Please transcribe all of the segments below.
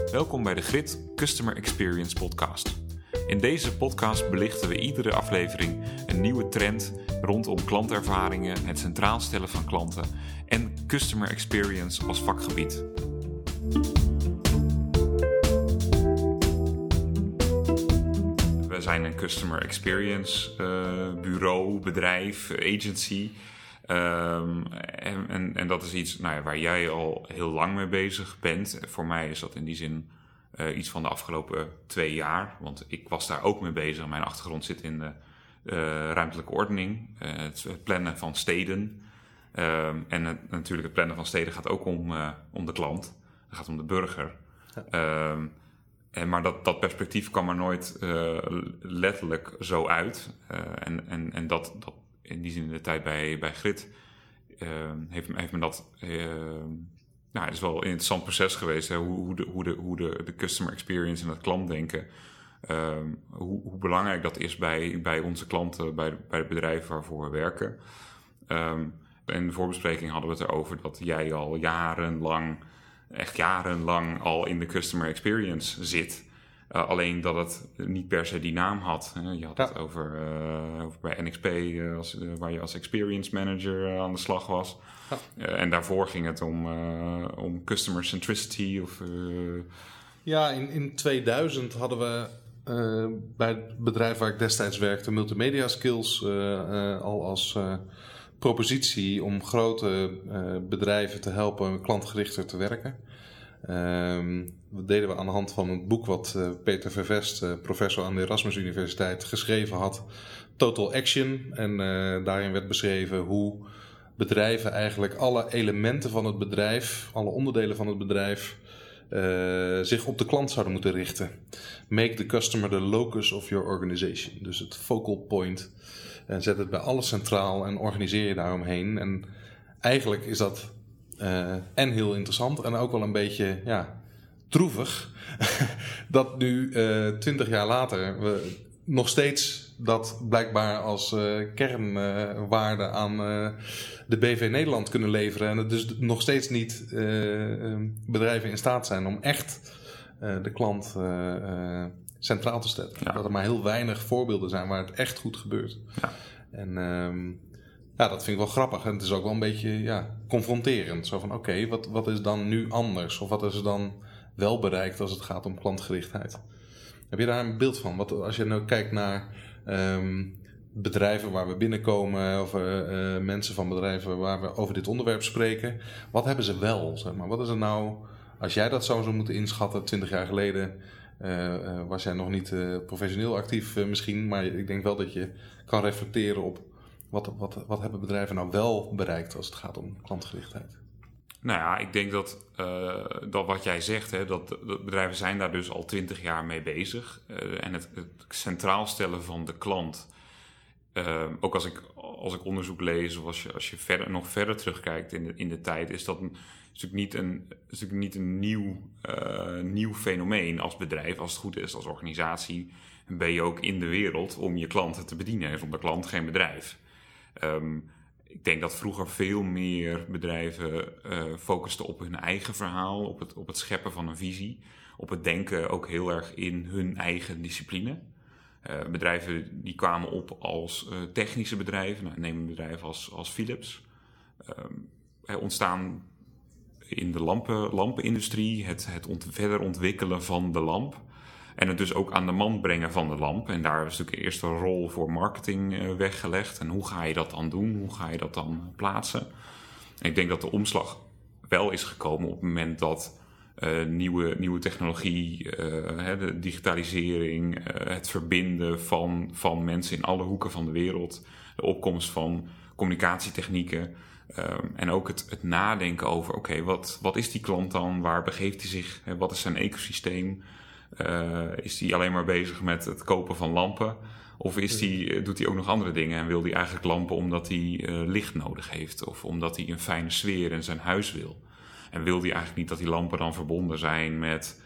Welkom bij de Grit Customer Experience podcast. In deze podcast belichten we iedere aflevering een nieuwe trend rondom klantervaringen, het centraal stellen van klanten en Customer Experience als vakgebied. We zijn een Customer Experience bureau, bedrijf, agency. En dat is iets waar jij al heel lang mee bezig bent. Voor mij is dat in die zin iets van de afgelopen 2 jaar. Want ik was daar ook mee bezig. Mijn achtergrond zit in de ruimtelijke ordening. Het plannen van steden. Natuurlijk het plannen van steden gaat ook om de klant. Het gaat om de burger. Ja. Maar dat perspectief kwam er nooit letterlijk zo uit. En dat in die zin in de tijd bij Grit heeft me dat... het is wel een interessant proces geweest. Hè? Hoe de customer experience en het klantdenken... hoe belangrijk dat is bij onze klanten, bij de bedrijven waarvoor we werken. In de voorbespreking hadden we het erover dat jij al jarenlang al in de customer experience zit. Alleen dat het niet per se die naam had. Je had het over bij NXP, waar je als experience manager aan de slag was. Ja. En daarvoor ging het om customer centricity. In 2000 hadden we bij het bedrijf waar ik destijds werkte, Multimedia Skills, al als propositie om grote bedrijven te helpen klantgerichter te werken. Dat deden we aan de hand van het boek wat Peter Vervest, professor aan de Erasmus Universiteit, geschreven had. Total Action. En daarin werd beschreven hoe bedrijven eigenlijk alle elementen van het bedrijf, alle onderdelen van het bedrijf, zich op de klant zouden moeten richten. Make the customer the locus of your organization. Dus het focal point. En zet het bij alles centraal en organiseer je daaromheen. En eigenlijk is dat en heel interessant en ook wel een beetje droevig dat nu 20 jaar later we nog steeds dat blijkbaar als kernwaarde aan de BV Nederland kunnen leveren en het dus nog steeds niet bedrijven in staat zijn om echt de klant centraal te stellen. Ja. Dat er maar heel weinig voorbeelden zijn waar het echt goed gebeurt. Ja. En dat vind ik wel grappig. En het is ook wel een beetje confronterend. Zo van oké, wat is dan nu anders? Of wat is er dan wel bereikt als het gaat om klantgerichtheid? Heb je daar een beeld van? Als je nou kijkt naar bedrijven waar we binnenkomen, of mensen van bedrijven waar we over dit onderwerp spreken, wat hebben ze wel? Zeg maar? Wat is er nou, als jij dat zou moeten inschatten, 20 jaar geleden was jij nog niet professioneel actief misschien, maar ik denk wel dat je kan reflecteren op wat hebben bedrijven nou wel bereikt als het gaat om klantgerichtheid? Nou ja, ik denk dat wat jij zegt, hè, dat bedrijven zijn daar dus al 20 jaar mee bezig. En het centraal stellen van de klant, ook als ik onderzoek lees of als je nog verder terugkijkt in de tijd, is dat natuurlijk niet een nieuw fenomeen als bedrijf. Als het goed is, als organisatie ben je ook in de wereld om je klanten te bedienen. Zonder klant geen bedrijf. Ik denk dat vroeger veel meer bedrijven focusten op hun eigen verhaal, op het scheppen van een visie, op het denken ook heel erg in hun eigen discipline. Bedrijven die kwamen op als technische bedrijven. Neem een bedrijf als Philips. Ontstaan in de lampenindustrie, het verder ontwikkelen van de lamp. En het dus ook aan de man brengen van de lamp. En daar is natuurlijk eerst een rol voor marketing weggelegd. En hoe ga je dat dan doen? Hoe ga je dat dan plaatsen? En ik denk dat de omslag wel is gekomen op het moment dat nieuwe technologie, de digitalisering, het verbinden van mensen in alle hoeken van de wereld, de opkomst van communicatietechnieken, en ook het nadenken over, oké, wat is die klant dan? Waar begeeft hij zich? Wat is zijn ecosysteem? Is hij alleen maar bezig met het kopen van lampen? Of doet hij ook nog andere dingen en wil hij eigenlijk lampen omdat hij licht nodig heeft? Of omdat hij een fijne sfeer in zijn huis wil? En wil hij eigenlijk niet dat die lampen dan verbonden zijn met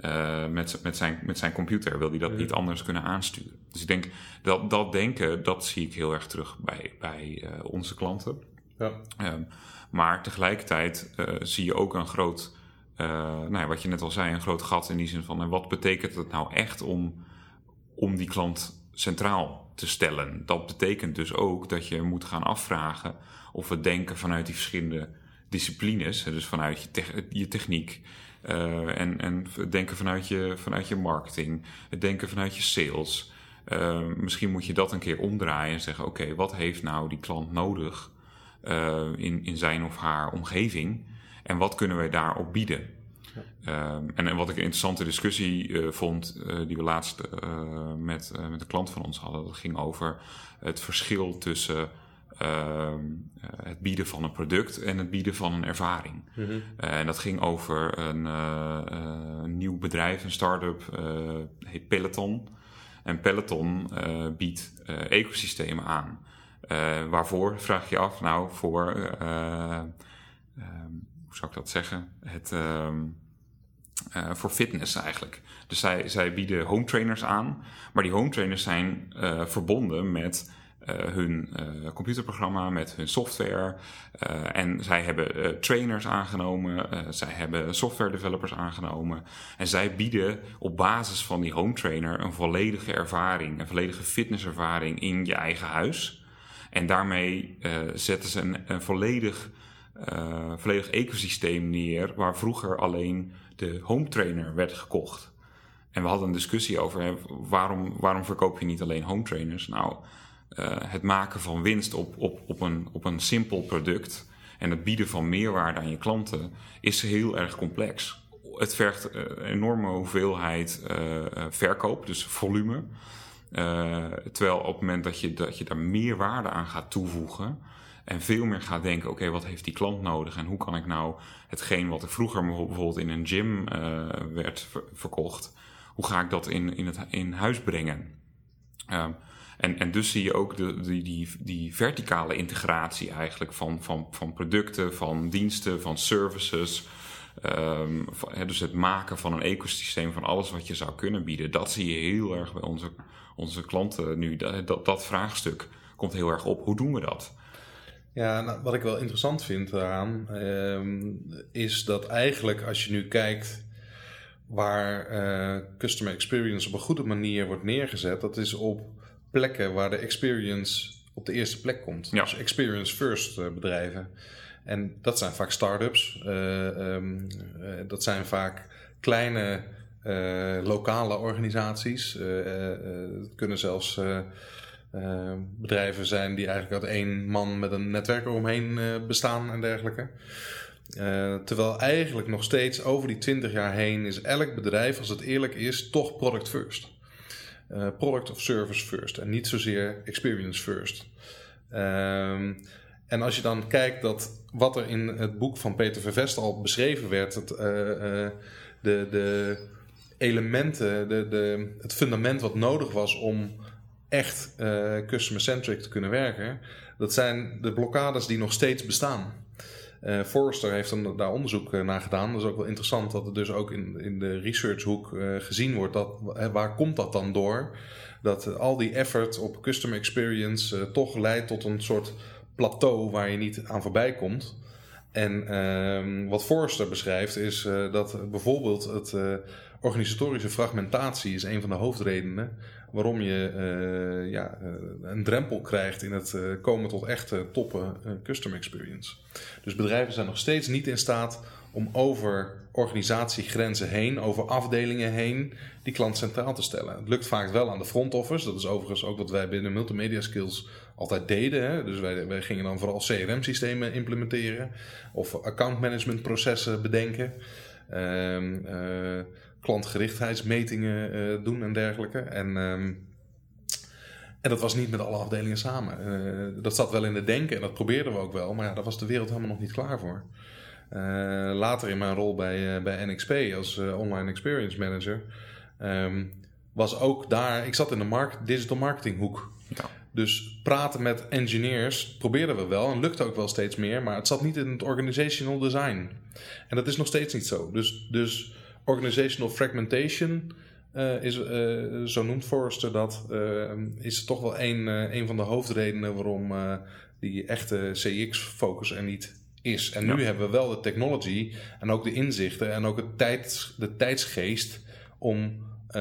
zijn computer? Wil hij dat niet anders kunnen aansturen? Dus ik denk dat denken, dat zie ik heel erg terug bij onze klanten. Ja. Maar tegelijkertijd zie je ook een groot wat je net al zei, een groot gat in die zin van... wat betekent het nou echt om die klant centraal te stellen? Dat betekent dus ook dat je moet gaan afvragen... of we denken vanuit die verschillende disciplines... dus vanuit je techniek... en denken vanuit je marketing... het denken vanuit je sales... misschien moet je dat een keer omdraaien en zeggen... oké, wat heeft nou die klant nodig... in zijn of haar omgeving... en wat kunnen wij daarop bieden... En wat ik een interessante discussie vond... die we laatst met een klant van ons hadden... dat ging over het verschil tussen... het bieden van een product en het bieden van een ervaring. Mm-hmm. En dat ging over een nieuw bedrijf, een start-up, heet Peloton. En Peloton biedt ecosystemen aan. Waarvoor, vraag je af, nou voor... hoe zou ik dat zeggen? Voor fitness eigenlijk. Dus zij bieden home trainers aan. Maar die home trainers zijn verbonden met hun computerprogramma, met hun software. En zij hebben trainers aangenomen. Zij hebben software developers aangenomen. En zij bieden op basis van die home trainer een volledige ervaring, een volledige fitnesservaring in je eigen huis. En daarmee zetten ze een volledig ecosysteem neer waar vroeger alleen de home trainer werd gekocht. En we hadden een discussie over waarom verkoop je niet alleen home trainers? Nou, het maken van winst op een simpel product en het bieden van meerwaarde aan je klanten is heel erg complex. Het vergt een enorme hoeveelheid verkoop, dus volume. Terwijl op het moment dat je daar meer waarde aan gaat toevoegen en veel meer gaat denken, oké, wat heeft die klant nodig en hoe kan ik nou hetgeen wat er vroeger bijvoorbeeld in een gym werd verkocht, hoe ga ik dat in huis brengen? En dus zie je ook die verticale integratie eigenlijk van producten, van diensten, van services. Dus het maken van een ecosysteem van alles wat je zou kunnen bieden. Dat zie je heel erg bij onze klanten nu. Dat vraagstuk komt heel erg op. Hoe doen we dat? Ja, nou, wat ik wel interessant vind daaraan is dat eigenlijk als je nu kijkt waar customer experience op een goede manier wordt neergezet, dat is op plekken waar de experience op de eerste plek komt. Ja. Dus experience first bedrijven. En dat zijn vaak start-ups. Dat zijn vaak kleine lokale organisaties. Het kunnen zelfs bedrijven zijn die eigenlijk uit één man met een netwerk eromheen bestaan en dergelijke. Terwijl eigenlijk nog steeds over die 20 jaar heen is elk bedrijf, als het eerlijk is, toch product first. Product of service first en niet zozeer experience first. En als je dan kijkt dat wat er in het boek van Peter Vervest al beschreven werd, de elementen, het fundament wat nodig was om echt customer-centric te kunnen werken, dat zijn de blokkades die nog steeds bestaan. Forrester heeft daar onderzoek naar gedaan. Dat is ook wel interessant dat het dus ook in de researchhoek gezien wordt. Waar komt dat dan door? Dat al die effort op customer experience toch leidt tot een soort plateau waar je niet aan voorbij komt. En wat Forrester beschrijft is dat bijvoorbeeld het organisatorische fragmentatie is een van de hoofdredenen waarom je een drempel krijgt in het komen tot echte toppen customer experience. Dus bedrijven zijn nog steeds niet in staat om over organisatiegrenzen heen, over afdelingen heen, die klant centraal te stellen. Het lukt vaak wel aan de front office. Dat is overigens ook wat wij binnen Multimedia Skills altijd deden. Hè? Dus wij gingen dan vooral CRM-systemen implementeren of accountmanagement processen bedenken. Klantgerichtheidsmetingen doen en dergelijke. En dat was niet met alle afdelingen samen. Dat zat wel in het denken en dat probeerden we ook wel. Maar ja, daar was de wereld helemaal nog niet klaar voor. Later in mijn rol bij NXP als Online Experience Manager was ook daar. Ik zat in de digital marketing hoek. Ja. Dus praten met engineers probeerden we wel en lukte ook wel steeds meer. Maar het zat niet in het organizational design. En dat is nog steeds niet zo. Dus organizational fragmentation is, zo noemt Forrester dat, is toch wel een van de hoofdredenen waarom die echte CX-focus er niet is. En nu hebben we wel de technology en ook de inzichten en ook de tijdsgeest om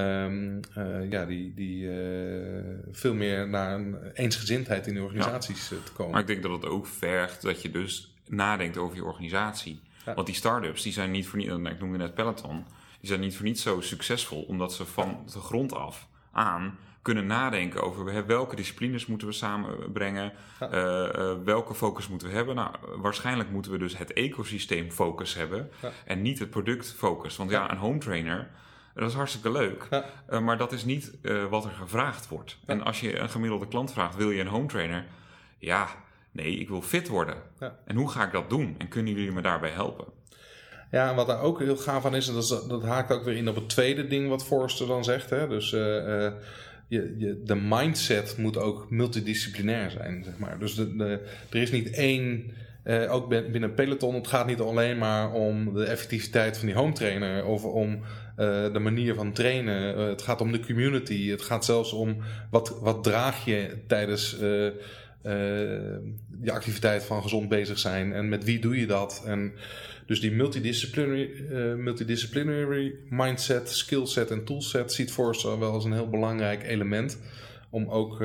veel meer naar een eensgezindheid in de organisaties te komen. Maar ik denk dat het ook vergt dat je dus nadenkt over je organisatie. Ja. Want die start-ups, die zijn niet voor niets, ik noemde net Peloton, die zijn niet voor niets zo succesvol, omdat ze van de grond af aan kunnen nadenken over welke disciplines moeten we samenbrengen, welke focus moeten we hebben. Nou, waarschijnlijk moeten we dus het ecosysteem focus hebben en niet het product focus. Want een home trainer, dat is hartstikke leuk, maar dat is niet wat er gevraagd wordt. Ja. En als je een gemiddelde klant vraagt, wil je een home trainer? Ja, nee, ik wil fit worden. Ja. En hoe ga ik dat doen? En kunnen jullie me daarbij helpen? Ja, en wat daar ook heel gaaf aan is, en dat haakt ook weer in op het tweede ding wat Forrester dan zegt. Hè? Dus de mindset moet ook multidisciplinair zijn, zeg maar. Dus er is niet één, ook binnen Peloton, het gaat niet alleen maar om de effectiviteit van die home trainer of om de manier van trainen. Het gaat om de community. Het gaat zelfs om wat draag je tijdens je activiteit van gezond bezig zijn en met wie doe je dat. En dus die multidisciplinary mindset, skillset en toolset ziet Forrester wel als een heel belangrijk element om ook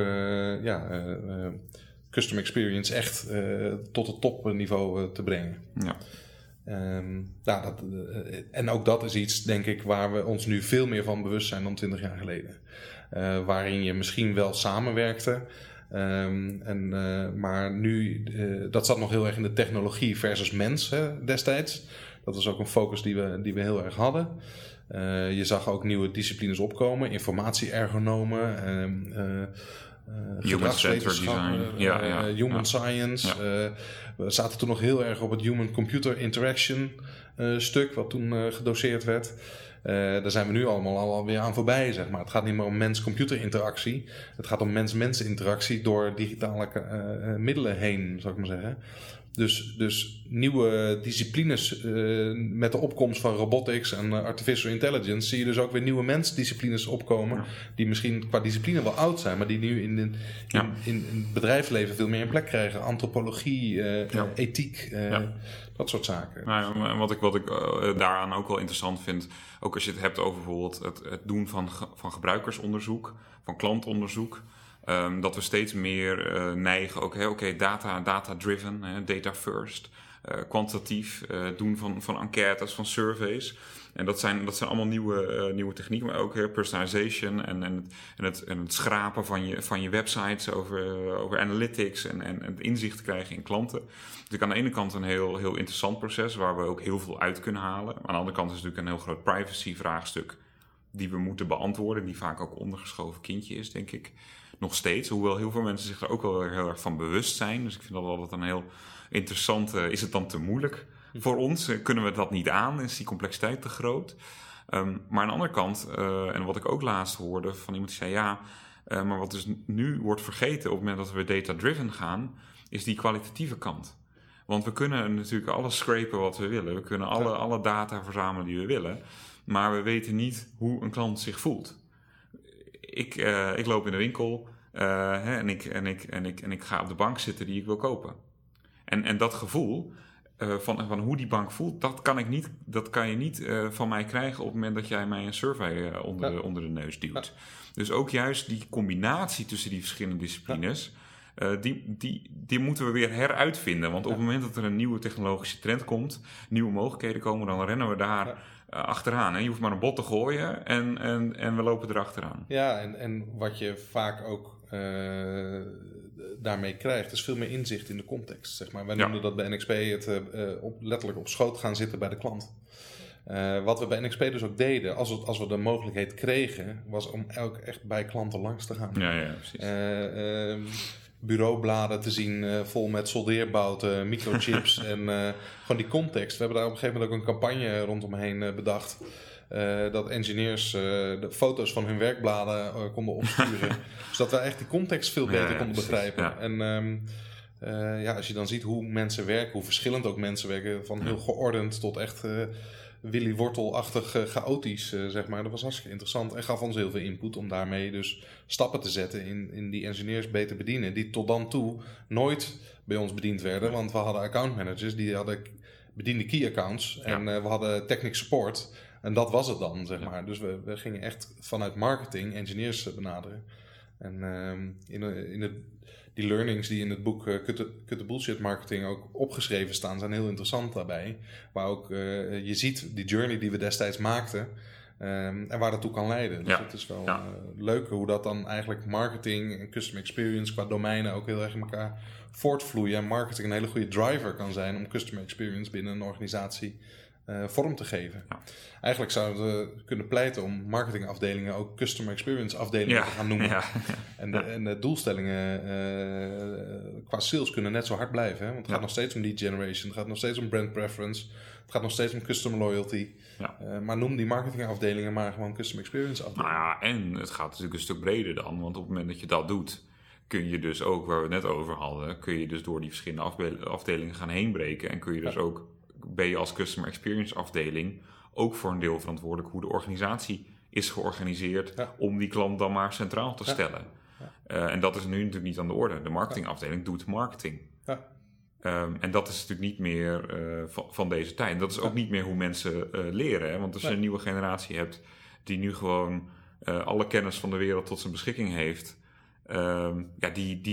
custom experience echt tot het topniveau te brengen. Ja. En ook dat is iets, denk ik, waar we ons nu veel meer van bewust zijn dan 20 jaar geleden. Waarin je misschien wel samenwerkte. Maar nu, dat zat nog heel erg in de technologie versus mens destijds. Dat was ook een focus die we heel erg hadden. Je zag ook nieuwe disciplines opkomen. Informatie-ergonomen, human-centered design, human science. Ja. We zaten toen nog heel erg op het human-computer interaction stuk, wat toen gedoseerd werd. Daar zijn we nu allemaal alweer aan voorbij, zeg maar. Het gaat niet meer om mens-computer interactie. Het gaat om mens-mens interactie door digitale middelen heen, zou ik maar zeggen. Dus nieuwe disciplines met de opkomst van robotics en artificial intelligence zie je dus ook weer nieuwe mensdisciplines opkomen die misschien qua discipline wel oud zijn, maar die nu in het bedrijfsleven veel meer een plek krijgen. Antropologie, ethiek, dat soort zaken. Nou, en wat ik daaraan ook wel interessant vind, ook als je het hebt over bijvoorbeeld het doen van gebruikersonderzoek, van klantonderzoek. Dat we steeds meer neigen, ook data-driven, data first, kwantitatief, doen van enquêtes, van surveys. En dat zijn allemaal nieuwe technieken, maar ook personalization en het schrapen van je websites over analytics en het inzicht krijgen in klanten. Dus aan de ene kant een heel, heel interessant proces waar we ook heel veel uit kunnen halen. Aan de andere kant is het natuurlijk een heel groot privacy vraagstuk die we moeten beantwoorden, die vaak ook ondergeschoven kindje is, denk ik. Nog steeds, hoewel heel veel mensen zich er ook wel heel erg van bewust zijn. Dus ik vind dat altijd een heel interessant. Is het dan te moeilijk voor ons? Kunnen we dat niet aan? Is die complexiteit te groot? Maar aan de andere kant, en wat ik ook laatst hoorde van iemand die zei maar wat dus nu wordt vergeten op het moment dat we data-driven gaan, is die kwalitatieve kant. Want we kunnen natuurlijk alles scrapen wat we willen. We kunnen alle data verzamelen die we willen. Maar we weten niet hoe een klant zich voelt. Ik loop in de winkel en ik ga op de bank zitten die ik wil kopen. En dat gevoel van hoe die bank voelt, dat kan je niet van mij krijgen op het moment dat jij mij een survey onder de neus duwt. Ja. Dus ook juist die combinatie tussen die verschillende disciplines, die moeten we weer heruitvinden. Want op het moment dat er een nieuwe technologische trend komt, nieuwe mogelijkheden komen, dan rennen we daar achteraan. Hè? Je hoeft maar een bot te gooien en we lopen erachteraan. Ja, en wat je vaak ook daarmee krijgt, is veel meer inzicht in de context. Zeg maar. Wij noemden dat bij NXP het letterlijk op schoot gaan zitten bij de klant. Wat we bij NXP dus ook deden, als we de mogelijkheid kregen, was om ook echt bij klanten langs te gaan. Ja, precies. Bureaubladen te zien vol met soldeerbouten, microchips en gewoon die context. We hebben daar op een gegeven moment ook een campagne rondomheen bedacht. Dat engineers de foto's van hun werkbladen konden opsturen. Zodat we echt die context veel beter konden begrijpen. Ja. En als je dan ziet hoe mensen werken, hoe verschillend ook mensen werken, van heel geordend tot echt Willy Wortel-achtig chaotisch, zeg maar. Dat was hartstikke interessant en gaf ons heel veel input om daarmee dus stappen te zetten in die engineers beter bedienen. Die tot dan toe nooit bij ons bediend werden, want we hadden accountmanagers, die bedienden key accounts en we hadden technical support. En dat was het dan, zeg maar. Dus we gingen echt vanuit marketing engineers benaderen. En die learnings die in het boek Cut the Bullshit Marketing ook opgeschreven staan, zijn heel interessant daarbij. Waar ook je ziet die journey die we destijds maakten en waar dat toe kan leiden. Dus het is wel leuk hoe dat dan eigenlijk marketing en customer experience qua domeinen ook heel erg in elkaar voortvloeien. En marketing een hele goede driver kan zijn om customer experience binnen een organisatie vorm te geven. Ja. Eigenlijk zouden we kunnen pleiten om marketingafdelingen ook customer experience afdelingen te gaan noemen. Ja. En de doelstellingen qua sales kunnen net zo hard blijven. Hè? Want het gaat nog steeds om lead generation, het gaat nog steeds om brand preference, het gaat nog steeds om customer loyalty. Ja. Maar noem die marketingafdelingen maar gewoon customer experience afdelingen. Nou ja, en het gaat natuurlijk een stuk breder dan, want op het moment dat je dat doet, kun je dus ook, waar we het net over hadden, kun je dus door die verschillende afdelingen gaan heenbreken en kun je dus ook, ben je als customer experience afdeling ook voor een deel verantwoordelijk hoe de organisatie is georganiseerd om die klant dan maar centraal te stellen. Ja. En dat is nu natuurlijk niet aan de orde. De marketingafdeling doet marketing. Ja. En dat is natuurlijk niet meer van deze tijd. En dat is ook niet meer hoe mensen leren. Hè? Want als je een nieuwe generatie hebt die nu gewoon alle kennis van de wereld tot zijn beschikking heeft, die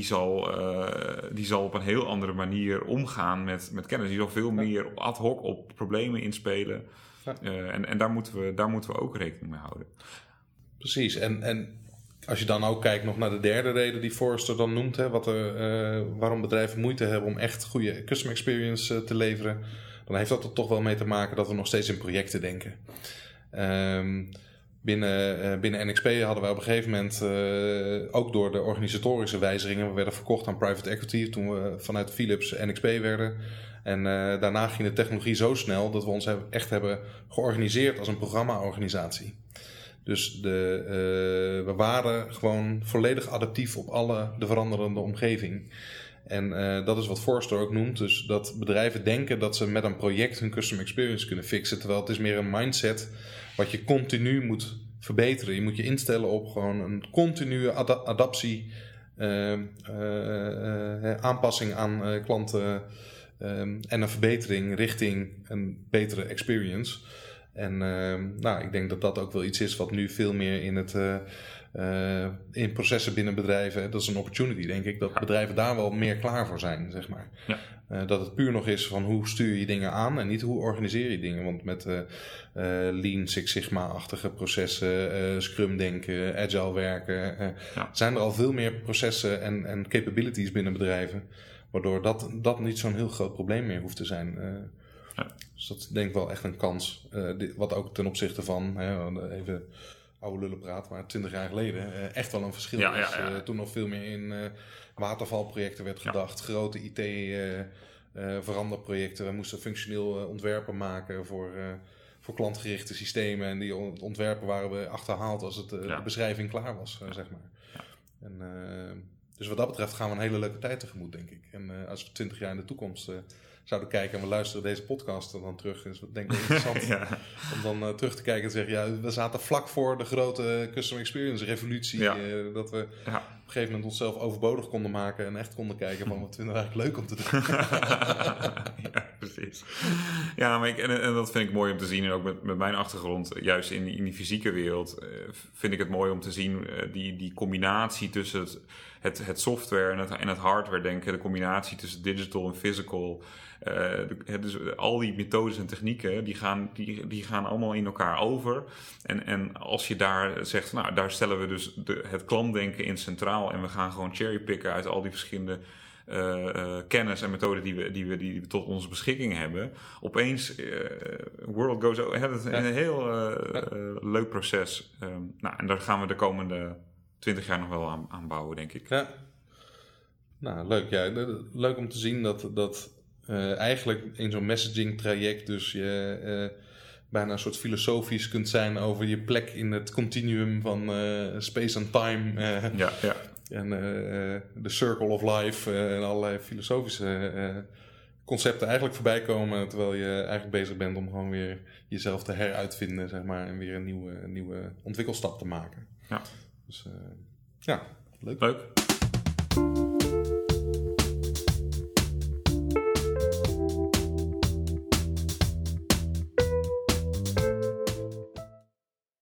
zal op een heel andere manier omgaan met kennis. Die zal veel meer ad hoc op problemen inspelen. Ja. En daar moeten we ook rekening mee houden. Precies. En als je dan ook kijkt nog naar de derde reden die Forrester dan noemt, hè, waarom bedrijven moeite hebben om echt goede customer experience te leveren, dan heeft dat er toch wel mee te maken dat we nog steeds in projecten denken. Binnen NXP hadden wij op een gegeven moment, ook door de organisatorische wijzigingen, we werden verkocht aan private equity toen we vanuit Philips NXP werden. En daarna ging de technologie zo snel dat we ons echt hebben georganiseerd als een programma-organisatie. Dus we waren gewoon volledig adaptief op de veranderende omgeving. En dat is wat Forrester ook noemt. Dus dat bedrijven denken dat ze met een project hun customer experience kunnen fixen. Terwijl het is meer een mindset wat je continu moet verbeteren. Je moet je instellen op gewoon een continue adaptie, aanpassing aan klanten en een verbetering richting een betere experience. En ik denk dat dat ook wel iets is wat nu veel meer in processen binnen bedrijven, dat is een opportunity, denk ik, dat bedrijven daar wel meer klaar voor zijn, zeg maar. Ja. Dat het puur nog is van hoe stuur je dingen aan en niet hoe organiseer je dingen. Want met Lean, Six Sigma-achtige processen, Scrum denken, Agile werken, zijn er al veel meer processen en capabilities binnen bedrijven, waardoor dat niet zo'n heel groot probleem meer hoeft te zijn. Dus dat is denk ik wel echt een kans. Wat ook ten opzichte van, even oude lullen praat, maar 20 jaar geleden echt wel een verschil is. Toen nog veel meer in watervalprojecten werd gedacht. Grote IT-veranderprojecten. We moesten functioneel ontwerpen maken voor klantgerichte systemen. En die ontwerpen waren we achterhaald als de beschrijving klaar was, zeg maar. Ja. En, dus wat dat betreft gaan we een hele leuke tijd tegemoet, denk ik. En als we 20 jaar in de toekomst zouden kijken en we luisteren deze podcast dan terug, is het denk ik interessant om dan terug te kijken en te zeggen, we zaten vlak voor de grote customer experience revolutie. Dat we op een gegeven moment onszelf overbodig konden maken en echt konden kijken van wat vinden we eigenlijk leuk om te doen. Ja, precies. Ja, maar en dat vind ik mooi om te zien. En ook met mijn achtergrond, juist in die fysieke wereld, vind ik het mooi om te zien die combinatie tussen het software en het hardware denken, de combinatie tussen digital en physical. Dus al die methodes en technieken die gaan allemaal in elkaar over. En als je daar zegt, nou, daar stellen we dus het klantdenken in centraal en we gaan gewoon cherrypicken uit al die verschillende kennis en methoden die we tot onze beschikking hebben. Opeens, world goes over. Het is een heel leuk proces. En daar gaan we de komende 20 jaar nog wel aan bouwen, denk ik. Ja. Nou, leuk. Ja, leuk om te zien dat eigenlijk in zo'n messaging traject dus je bijna een soort filosofisch kunt zijn over je plek in het continuum van space en time. En de circle of life en allerlei filosofische concepten eigenlijk voorbij komen terwijl je eigenlijk bezig bent om gewoon weer jezelf te heruitvinden, zeg maar, en weer een nieuwe ontwikkelstap te maken. Ja. Dus ja, leuk. Leuk.